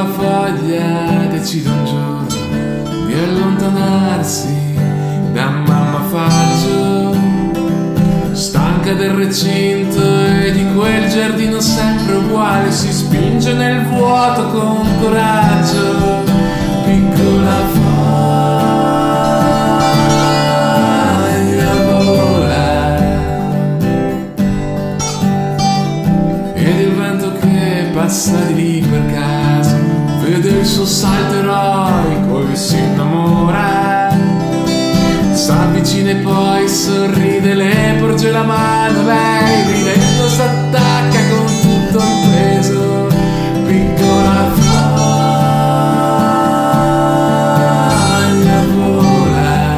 piccola foglia decide un giorno di allontanarsi da mamma Faggio, stanca del recinto e di quel giardino sempre uguale, si spinge nel vuoto con coraggio. Piccola foglia vola ed il vento che passa di lì per caso vede il suo salto eroico e si innamora, s'avvicina e poi sorride, le porge la mano, lei ridendo s'attacca con tutto il peso. Piccola foglia vola.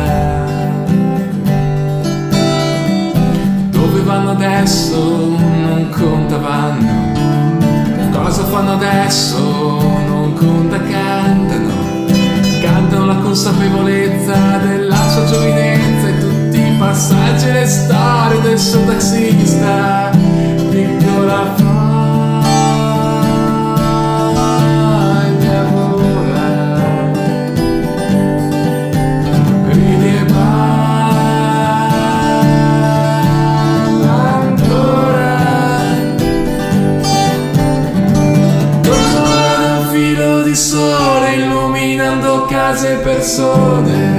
Dove vanno adesso non conta, vanno. Cosa fanno adesso non conta, cantano la consapevolezza della sua giovinezza e tutti i passaggi e le storie del suo taxista. Piccola foglia vola, ridi e balla ancora, torna un filo di sole illuminando case e persone.